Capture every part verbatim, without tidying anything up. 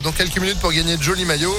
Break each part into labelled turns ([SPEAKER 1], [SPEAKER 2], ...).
[SPEAKER 1] dans quelques minutes pour gagner de jolis maillots.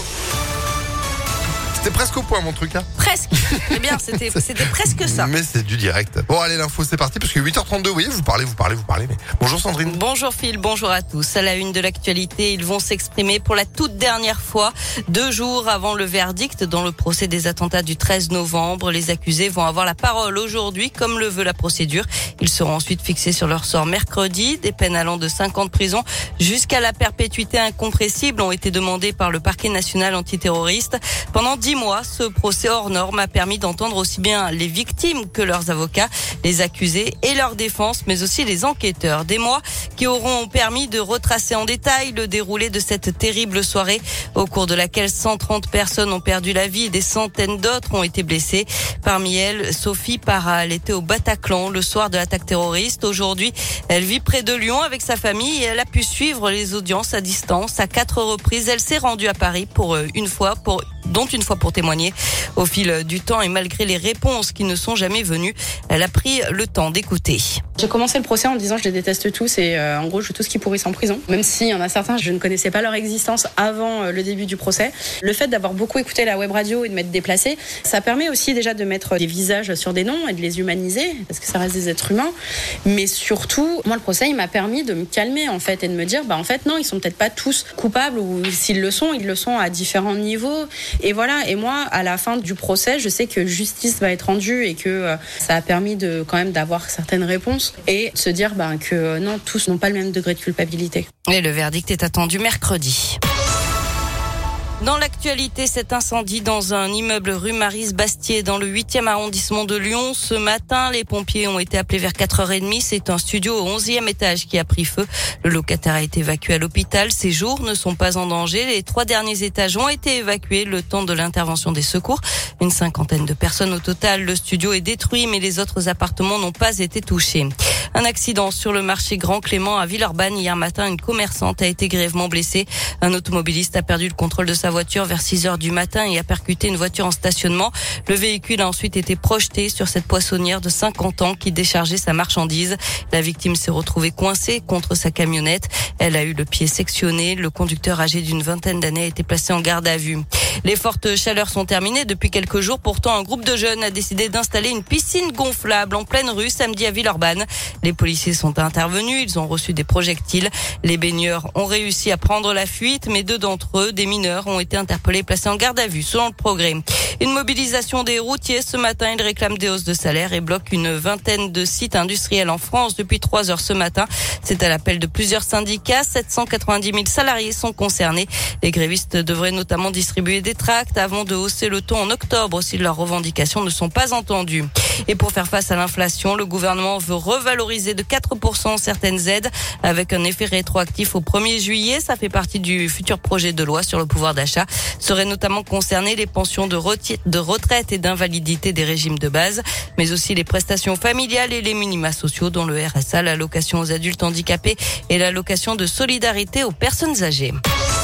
[SPEAKER 1] C'était presque au point mon truc hein.
[SPEAKER 2] Presque. Eh bien, c'était, c'était presque ça.
[SPEAKER 1] Mais c'est du direct. Bon allez, l'info c'est parti parce que huit heures trente-deux, vous voyez, vous parlez, vous parlez, vous parlez. Mais... Bonjour Sandrine.
[SPEAKER 2] Bonjour Phil, bonjour à tous. À la une de l'actualité, ils vont s'exprimer pour la toute dernière fois. Deux jours avant le verdict dans le procès des attentats du treize novembre, les accusés vont avoir la parole aujourd'hui comme le veut la procédure. Ils seront ensuite fixés sur leur sort mercredi. Des peines allant de cinq ans de prison jusqu'à la perpétuité incompressible ont été demandées par le parquet national antiterroriste. Pendant dix mois, ce procès hors norme a permis d'entendre aussi bien les victimes que leurs avocats, les accusés et leur défense, mais aussi les enquêteurs. Des mois qui auront permis de retracer en détail le déroulé de cette terrible soirée au cours de laquelle cent trente personnes ont perdu la vie et des centaines d'autres ont été blessées. Parmi elles, Sophie Para, elle était au Bataclan le soir de l'attaque terroriste. Aujourd'hui, elle vit près de Lyon avec sa famille et elle a pu suivre les audiences à distance. À quatre reprises, elle s'est rendue à Paris pour une fois, pour dont une fois pour témoigner. Au fil du temps et malgré les réponses qui ne sont jamais venues, elle a pris le temps d'écouter.
[SPEAKER 3] J'ai commencé le procès en me disant je les déteste tous et euh, en gros je veux tous qui pourrissent en prison. Même s'il y en a certains, je ne connaissais pas leur existence avant euh, le début du procès. Le fait d'avoir beaucoup écouté la web radio et de m'être déplacée, ça permet aussi déjà de mettre des visages sur des noms et de les humaniser parce que ça reste des êtres humains. Mais surtout, moi le procès il m'a permis de me calmer en fait et de me dire bah en fait non, ils sont peut-être pas tous coupables ou s'ils le sont, ils le sont à différents niveaux. Et voilà, et moi à la fin du procès, je sais que justice va être rendue et que euh, ça a permis de quand même d'avoir certaines réponses. Et se dire ben, que non, tous n'ont pas le même degré de culpabilité.
[SPEAKER 2] Et le verdict est attendu mercredi. Dans l'actualité, cet incendie dans un immeuble rue Maryse-Bastier dans le huitième arrondissement de Lyon. Ce matin, les pompiers ont été appelés vers quatre heures trente. C'est un studio au onzième étage qui a pris feu. Le locataire a été évacué à l'hôpital. Ses jours ne sont pas en danger. Les trois derniers étages ont été évacués le temps de l'intervention des secours. Une cinquantaine de personnes au total. Le studio est détruit, mais les autres appartements n'ont pas été touchés. Un accident sur le marché Grand Clément à Villeurbanne. Hier matin, une commerçante a été grièvement blessée. Un automobiliste a perdu le contrôle de sa voiture vers six heures du matin et a percuté une voiture en stationnement. Le véhicule a ensuite été projeté sur cette poissonnière de cinquante ans qui déchargeait sa marchandise. La victime s'est retrouvée coincée contre sa camionnette. Elle a eu le pied sectionné. Le conducteur âgé d'une vingtaine d'années a été placé en garde à vue. Les fortes chaleurs sont terminées depuis quelques jours. Pourtant, un groupe de jeunes a décidé d'installer une piscine gonflable en pleine rue samedi à Villeurbanne. Les policiers sont intervenus. Ils ont reçu des projectiles. Les baigneurs ont réussi à prendre la fuite, mais deux d'entre eux, des mineurs, ont été interpellés, placés en garde à vue, selon le Progrès. Une mobilisation des routiers ce matin. Ils réclament des hausses de salaire et bloquent une vingtaine de sites industriels en France depuis trois heures ce matin. C'est à l'appel de plusieurs syndicats. sept cent quatre-vingt-dix mille salariés sont concernés. Les grévistes devraient notamment distribuer des tracts avant de hausser le ton en octobre si leurs revendications ne sont pas entendues. Et pour faire face à l'inflation, le gouvernement veut revaloriser de quatre pour cent certaines aides avec un effet rétroactif au premier juillet. Ça fait partie du futur projet de loi sur le pouvoir d'achat. Seraient notamment concernées les pensions de, reti- de retraite et d'invalidité des régimes de base, mais aussi les prestations familiales et les minima sociaux dont le R S A, l'allocation aux adultes handicapés et l'allocation de solidarité aux personnes âgées.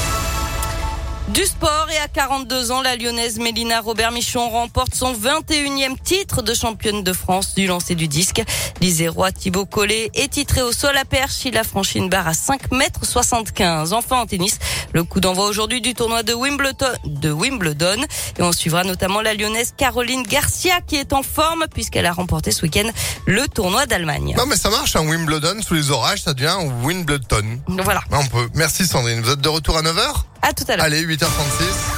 [SPEAKER 2] Du sport et à quarante-deux ans, la Lyonnaise Mélina Robert-Michon remporte son vingt et unième titre de championne de France du lancer du disque. L'Isérois Thibaut Collet est titré au sol à perche. Il a franchi une barre à cinq mètres soixante-quinze. Enfin en tennis, le coup d'envoi aujourd'hui du tournoi de Wimbledon, de Wimbledon. Et on suivra notamment la Lyonnaise Caroline Garcia qui est en forme puisqu'elle a remporté ce week-end le tournoi d'Allemagne.
[SPEAKER 1] Non mais ça marche, un Wimbledon sous les orages, ça devient un Wimbledon.
[SPEAKER 2] Voilà.
[SPEAKER 1] On peut. Merci Sandrine. Vous êtes de retour à neuf heures ?
[SPEAKER 2] À tout à l'heure.
[SPEAKER 1] Allez, huit heures trente-six.